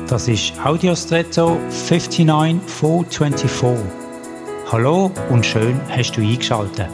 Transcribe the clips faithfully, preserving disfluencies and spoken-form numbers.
Das ist Audiostretto neunundfünfzig vierhundertvierundzwanzig. Hallo und schön hast du eingeschaltet.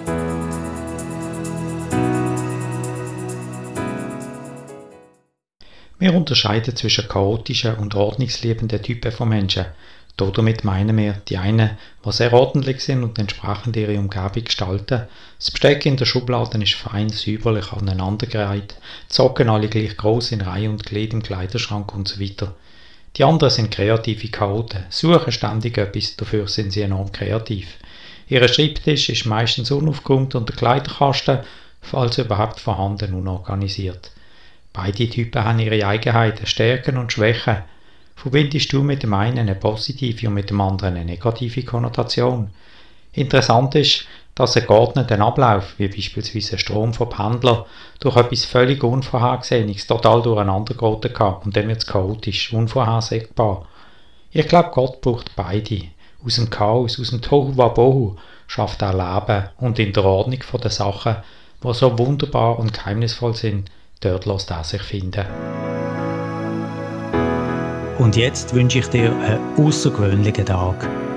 Wir unterscheiden zwischen chaotischen und ordnungsliebenden Typen von Menschen. Damit meinen wir die einen, die sehr ordentlich sind und entsprechend ihre Umgebung gestalten. Das Besteck in der Schublade ist fein säuberlich aneinandergereiht, die Socken alle gleich gross in Reihe und Glied im Kleiderschrank usw. Die anderen sind kreative Chaoten, suchen ständig etwas, dafür sind sie enorm kreativ. Ihr Schreibtisch ist meistens unaufgeräumt und der Kleiderkasten, falls überhaupt vorhanden, unorganisiert. Beide Typen haben ihre Eigenheiten, Stärken und Schwächen. Verbindest du mit dem einen eine positive und mit dem anderen eine negative Konnotation? Interessant ist, dass ein geordneter Ablauf, wie beispielsweise ein Strom von Pendlern, durch etwas völlig Unvorhergesehenes total durcheinander geraten kann und dann wird es chaotisch, unvorhersehbar. Ich glaube, Gott braucht beide. Aus dem Chaos, aus dem Tohu Wabohu schafft er Leben und in der Ordnung der Sachen, die so wunderbar und geheimnisvoll sind, dort lässt er sich finden. Und jetzt wünsche ich dir einen außergewöhnlichen Tag.